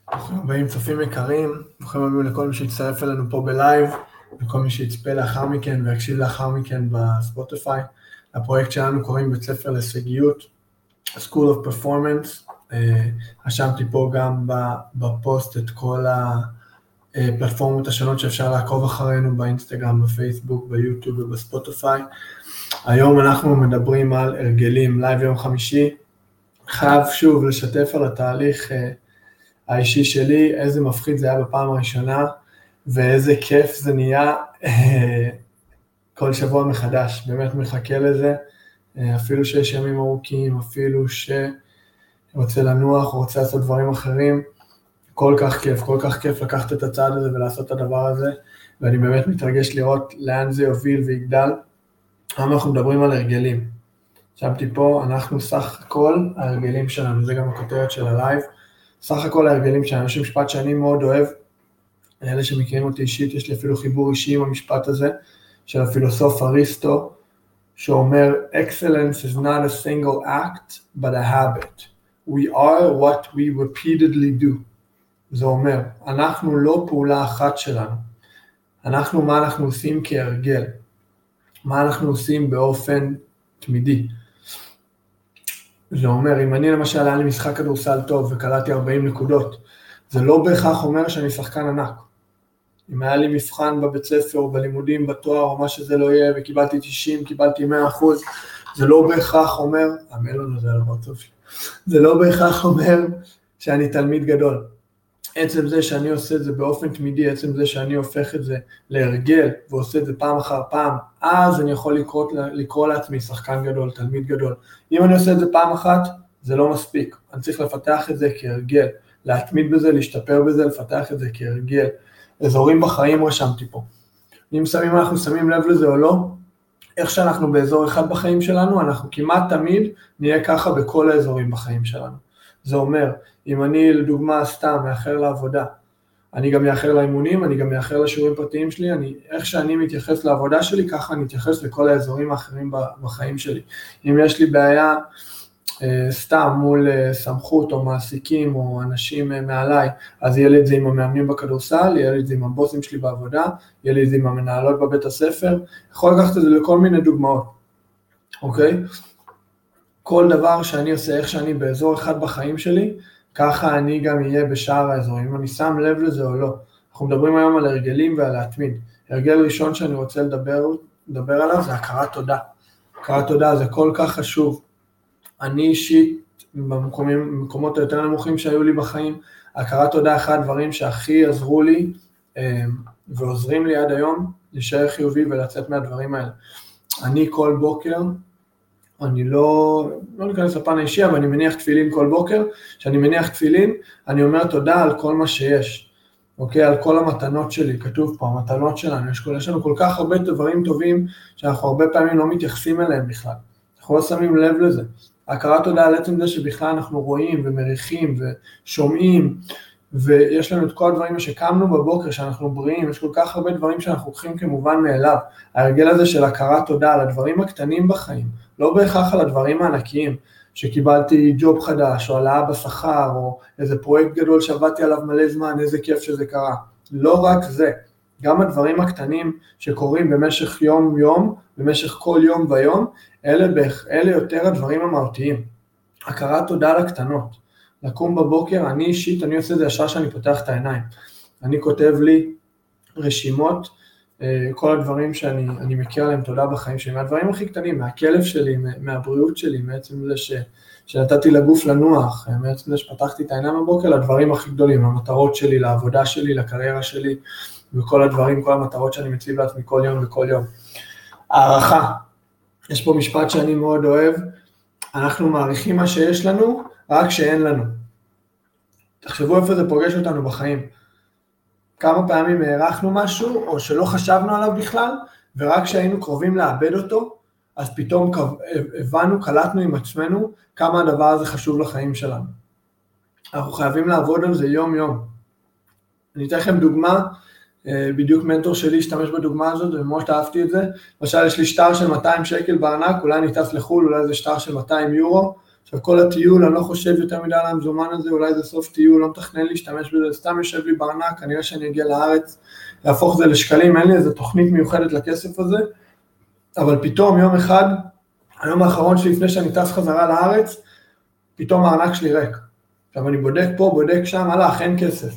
ברוכים הבאים צופים יקרים, ברוכים הבאים לכל מי שהצטרף אלינו פה בלייב, לכל מי שיצפה לאחר מכן ויקשיב לאחר מכן בספוטיפיי. לפרויקט שלנו קוראים בית ספר להישגיות, School of Performance. רשמתי פה גם בפוסט את כל הפלטפורמות השונות שאפשר לעקוב אחרינו באינסטגרם, בפייסבוק, ביוטיוב ובספוטיפיי. היום אנחנו מדברים על הרגלים, לייב יום חמישי. חייב שוב לשתף על התהליך האישי שלי, איזה מפחיד זה היה בפעם הראשונה, ואיזה כיף זה נהיה כל שבוע מחדש, באמת מחכה לזה, אפילו שיש ימים ארוכים, אפילו שרוצה לנוח, או רוצה לעשות דברים אחרים, כל כך כיף לקחת את הצעד הזה ולעשות את הדבר הזה, ואני באמת מתרגש לראות לאן זה יוביל ויגדל. היום אנחנו מדברים על הרגלים, שמתי פה, אנחנו סך הכל ההרגלים שלנו, זה גם הכותרת של הלייב, סך הכל ההרגלים שלנו, יש משפט שאני מאוד אוהב, אלה שמכירים אותי אישית, יש לי אפילו חיבור אישי עם המשפט הזה, של הפילוסוף אריסטו, שאומר, Excellence is not a single act, but a habit. We are what we repeatedly do. זה אומר, אנחנו לא פעולה אחת שלנו, אנחנו מה אנחנו עושים כהרגל, מה אנחנו עושים באופן תמידי. זה אומר, אם אני למשל היה לי משחק כדורסל טוב וקלעתי 40 נקודות, זה לא בהכרח אומר שאני שחקן ענק. אם היה לי מבחן בבית ספר או בלימודים, בתואר או מה שזה לא יהיה, וקיבלתי 90, קיבלתי 100%, זה לא בהכרח אומר, המלון הזה על הפרצוף שלי, זה לא בהכרח אומר שאני תלמיד גדול. עצם זה שאני עושה את זה באופן תמידי, עצם זה שאני הופך את זה להרגל, ועושה את זה פעם אחר פעם, אז אני יכול לקרוא לעצמי שחקן גדול, תלמיד גדול. אם אני עושה את זה פעם אחת, זה לא מספיק. אני צריך לפתח את זה כהרגל, להתמיד בזה, להשתפר בזה, לפתח את זה כהרגל. אזורים בחיים רשמתי פה. אם אנחנו שמים לב לזה או לא, איך שאנחנו באזור אחד בחיים שלנו, אנחנו כמעט תמיד נהיה ככה בכל האזורים בחיים שלנו. זה אומר, אם אני לדוגמה סתם מאחר לעבודה, אני גם מאחר לאימונים, אני גם מאחר לשיעורים פרטיים שלי, איך שאני מתייחס לעבודה שלי, ככה אני מתייחס לכל האזורים האחרים בחיים שלי. אם יש לי בעיה סתם מול סמכות או מעסיקים או אנשים מעליי, אז יהיה לי את זה עם המאמנים בכדורסל, יהיה לי את זה עם הבוסים שלי בעבודה, יהיה לי את זה עם המנהלות בבית הספר, יכול לקחת את זה לכל מיני דוגמאות, אוקיי? כל דבר שאני עושה, איך שאני באזור אחד בחיים שלי, ככה אני גם אהיה בשאר האזורים, אם אני שם לב לזה או לא. אנחנו מדברים היום על הרגלים ועל להתמיד. הרגל ראשון שאני רוצה לדבר עליו זה הכרת תודה. הכרת תודה זה כל כך חשוב. אני אישית, במקומות היותר נמוכים שהיו לי בחיים, הכרת תודה אחד הדברים שהכי עזרו לי, ועוזרים לי עד היום, להישאר חיובי ולצאת מהדברים האלה. אני כל בוקר, אני לא ניכנס לפן האישי, אבל אני מניח תפילין כל בוקר, כשאני מניח תפילין, אני אומר תודה על כל מה שיש, אוקיי? על כל המתנות שלי, כתוב פה, המתנות שלנו, יש לנו כל כך הרבה דברים טובים, שאנחנו הרבה פעמים לא מתייחסים אליהם בכלל, אנחנו לא שמים לב לזה, הכרת תודה על עצם זה שבכלל אנחנו רואים ומריחים ושומעים, ויש לנו את כל הדברים שקמנו בבוקר, שאנחנו בריאים, יש כל כך הרבה דברים שאנחנו לוקחים כמובן מאליו, ההרגל הזה של הכרת תודה על הדברים הקטנים בחיים, לא בהכרח על הדברים הענקיים, שקיבלתי ג'וב חדש, או העלאה בשכר, או איזה פרויקט גדול שעבדתי עליו מלא זמן, איזה כיף שזה קרה, לא רק זה, גם הדברים הקטנים שקורים במשך יום, במשך כל יום ויום, אלה יותר הדברים המהותיים, הכרת תודה על הקטנות, לקום בבוקר, אני אישית, אני עושה את זה ישר שאני פותח את העיניים, אני כותב לי רשימות, כל הדברים שאני מכיר עליהם תודה בחיים שלי, מהדברים הכי קטנים, מהכלב שלי, מהבריאות שלי, מעצם זה שנתתי לגוף לנוח, מעצם זה שפתחתי את העיניים בבוקר, לדברים הכי גדולים, למטרות שלי, לעבודה שלי, לקריירה שלי, וכל הדברים, כל המטרות שאני מציב לעצמי כל יום וכל יום. הערכה, יש פה משפט שאני מאוד אוהב, אנחנו מעריכים מה שיש לנו, רק שאין לנו. תחשבו איפה זה פוגש אותנו בחיים. כמה פעמים הערכנו משהו, או שלא חשבנו עליו בכלל, ורק כשהיינו קרובים לאבד אותו, אז פתאום הבנו, קלטנו עם עצמנו, כמה הדבר הזה חשוב לחיים שלנו. אנחנו חייבים לעבוד על זה יום-יום. אני אתן לכם דוגמה, בדיוק מנטור שלי השתמש בדוגמה הזאת, וממש אהבתי את זה. למשל, יש לי שטר של 200 שקל בארנק, אולי אני טס לחול, אולי זה שטר של 200 יורו, עכשיו כל הטיול, אני לא חושב יותר מדי על המזומן הזה, אולי זה סוף טיול, לא מתכנן להשתמש בזה, סתם יושב לי בארנק, כנראה שאני אגיע לארץ, להפוך זה לשקלים, אין לי איזו תוכנית מיוחדת לכסף הזה, אבל פתאום יום אחד, היום האחרון שלי לפני שאני טס חזרה לארץ, פתאום הארנק שלי ריק. עכשיו אני בודק פה, בודק שם, הלך, אין כסף.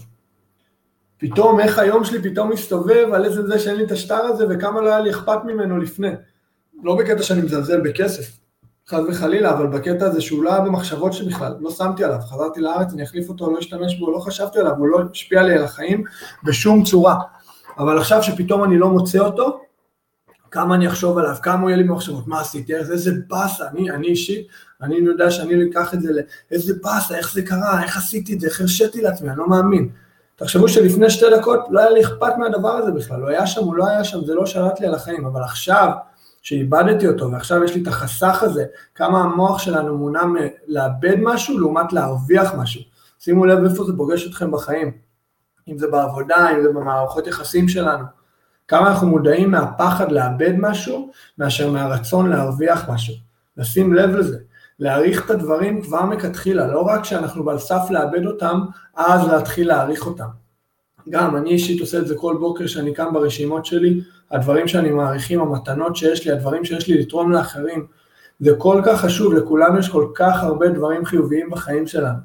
פתאום איך היום שלי פתאום מסתובב על איזה זה שאין לי את השטר הזה, וכמה לא היה לי אכפת ממנו לפני. לא בקטע שאני מזלזל בכסף, חד וחלילה, אבל בקטע הזה שהוא לא היה במחשבות שבכלל, לא שמתי עליו, חזרתי לארץ, אני אחליף אותו, לא אשתמש בו, לא חשבתי עליו, הוא לא השפיע לי על החיים בשום צורה. אבל עכשיו שפתאום אני לא מוצא אותו, כמה אני אחשוב עליו, כמה הוא יהיה לי במחשבות, מה עשיתי, איזה באסה, אני אישית, אני יודע שאני לקח את זה לאיזה באסה, איך זה קרה, איך עשיתי את זה, איך הרשיתי לעצמי, אני לא מאמין. תחשבו שלפני 2 דקות לא היה לי אכפת מהדבר הזה בכלל, לא היה שם, הוא לא היה שם, זה לא שלט לי על החיים, אבל עכשיו שאיבדתי אותו, ועכשיו יש לי את החסך הזה, כמה המוח שלנו מונע לאבד משהו, לעומת להרוויח משהו. שימו לב איפה זה פוגש אתכם בחיים, אם זה בעבודה, אם זה במערכות יחסים שלנו. כמה אנחנו מודעים מהפחד לאבד משהו, מאשר מהרצון להרוויח משהו. לשים לב לזה, להעריך את הדברים כבר מכתחילה, לא רק שאנחנו על סף לאבד אותם, אז להתחיל להעריך אותם. גם אני אישית עושה את זה כל בוקר שאני קם ברשימות שלי, הדברים שאני מעריכים, המתנות שיש לי, הדברים שיש לי לתרום לאחרים, זה כל כך חשוב, לכולנו יש כל כך הרבה דברים חיוביים בחיים שלנו.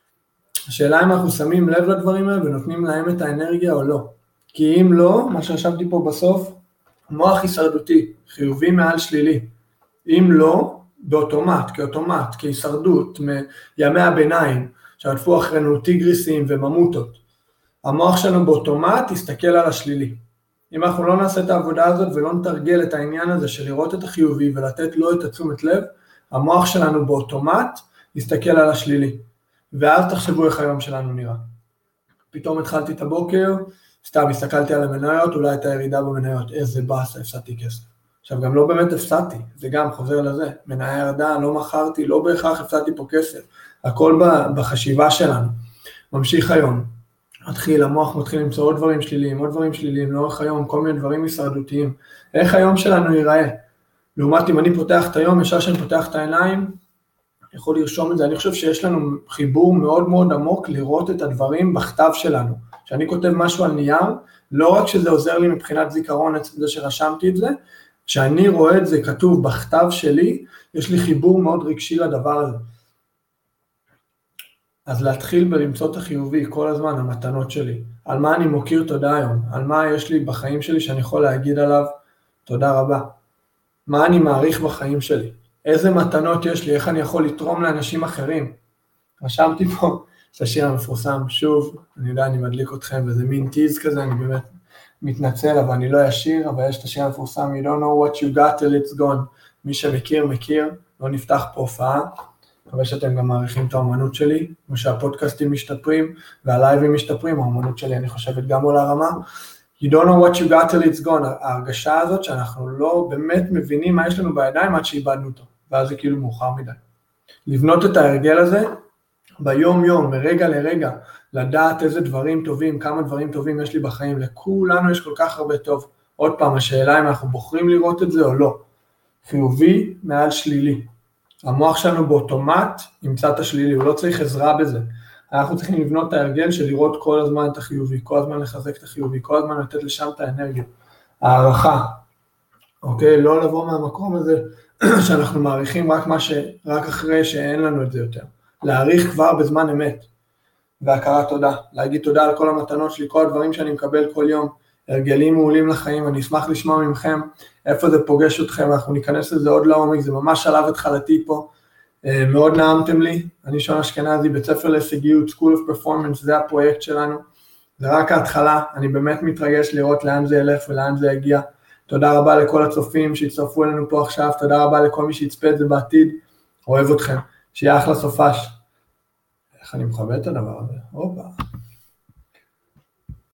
השאלה אם אנחנו שמים לב לדברים האלה ונותנים להם את האנרגיה או לא. כי אם לא, מה שרשמתי פה בסוף, מוח הישרדותי, חיובי מעל שלילי. אם לא, באוטומט, כאוטומט, כהישרדות, מימי הביניים, שעטפו אחרינו טיגריסים וממוטות. המוח שלנו באוטומט יסתכל על השלילי. אם אנחנו לא נעשה את העבודה הזאת ולא נתרגל את העניין הזה של לראות את החיובי ולתת לו את התשומת לב, המוח שלנו באוטומט יסתכל על השלילי. ואז תחשבו איך היום שלנו נראה. פתאום התחלתי את הבוקר, סתם הסתכלתי על המניות, אולי את הירידה במניות, איזה באסה, הפסדתי כסף. עכשיו גם לא באמת הפסדתי, זה גם חוזר לזה, מניה ירדה, לא מכרתי, לא בהכרח הפסדתי פה כסף, הכל בחשיבה שלנו. ממשיך היום, המוח מתחיל למצוא עוד דברים שליליים, לאורך היום, כל מיני דברים הישרדותיים, איך היום שלנו ייראה? לעומת אם אני פותח את היום, ישר שאני פותח את העיניים, יכול לרשום את זה, אני חושב שיש לנו חיבור מאוד מאוד עמוק לראות את הדברים בכתב שלנו, שאני כותב משהו על נייר, לא רק שזה עוזר לי מבחינת זיכרון עצם זה שרשמתי את זה, כשאני רואה את זה כתוב בכתב שלי, יש לי חיבור מאוד רגשי לדבר הזה. אז להתחיל ולמצוא את החיובי כל הזמן, המתנות שלי, על מה אני מוקיר תודה היום, על מה יש לי בחיים שלי שאני יכול להגיד עליו תודה רבה, מה אני מעריך בחיים שלי, איזה מתנות יש לי, איך אני יכול לתרום לאנשים אחרים. רשמתי פה את השיר המפורסם, שוב, אני יודע, אני מדליק אתכם, וזה מין טיז כזה, אני באמת מתנצל, אבל אני לא ישיר, אבל יש את השיר המפורסם, you don't know what you got till it's gone, מי שמכיר, מכיר, לא נפתח פה הופעה, מקווה שאתם גם מעריכים את האמנות שלי, כמו שהפודקאסטים משתפרים, והלייבים משתפרים, האמנות שלי אני חושבת גם עולה רמה, you don't know what you got till it's gone, ההרגשה הזאת שאנחנו לא באמת מבינים מה יש לנו בידיים עד שאיבדנו אותו, ואז זה כאילו מאוחר מדי. לבנות את ההרגל הזה, ביום יום, מרגע לרגע, לדעת איזה דברים טובים, כמה דברים טובים יש לי בחיים, לכולנו יש כל כך הרבה טוב. עוד פעם, השאלה אם אנחנו בוחרים לראות את זה או לא. חיובי מעל שלילי. המוח שלנו באוטומט ימצא את השלילי, הוא לא צריך עזרה בזה. אנחנו צריכים לבנות את ההרגל של לראות כל הזמן את החיובי, כל הזמן לחזק את החיובי, כל הזמן לתת לשם את האנרגיה. הערכה. אוקיי? לא לבוא מהמקום הזה שאנחנו מעריכים רק אחרי שאין לנו את זה יותר. להעריך כבר בזמן אמת, והכרת תודה, להגיד תודה על כל המתנות שלי, כל הדברים שאני מקבל כל יום, הרגלים מעולים לחיים, אני אשמח לשמוע ממכם, איפה זה פוגש אתכם, אנחנו ניכנס לזה עוד לעומק, זה ממש שלב התחלתי פה, מאוד נעמתם לי, אני שון אשכנזי, בית ספר להישגיות, School of Performance, זה הפרויקט שלנו, זה רק ההתחלה, אני באמת מתרגש לראות לאן זה ילך ולאן זה יגיע, תודה רבה לכל הצופים שהצטרפו אלינו פה עכשיו, תודה רבה לכל מי שיצפה את זה בעתיד, אוהב אתכם. שיהיה אחלה סופש. איך אני מכבד את הדבר הזה? אופה.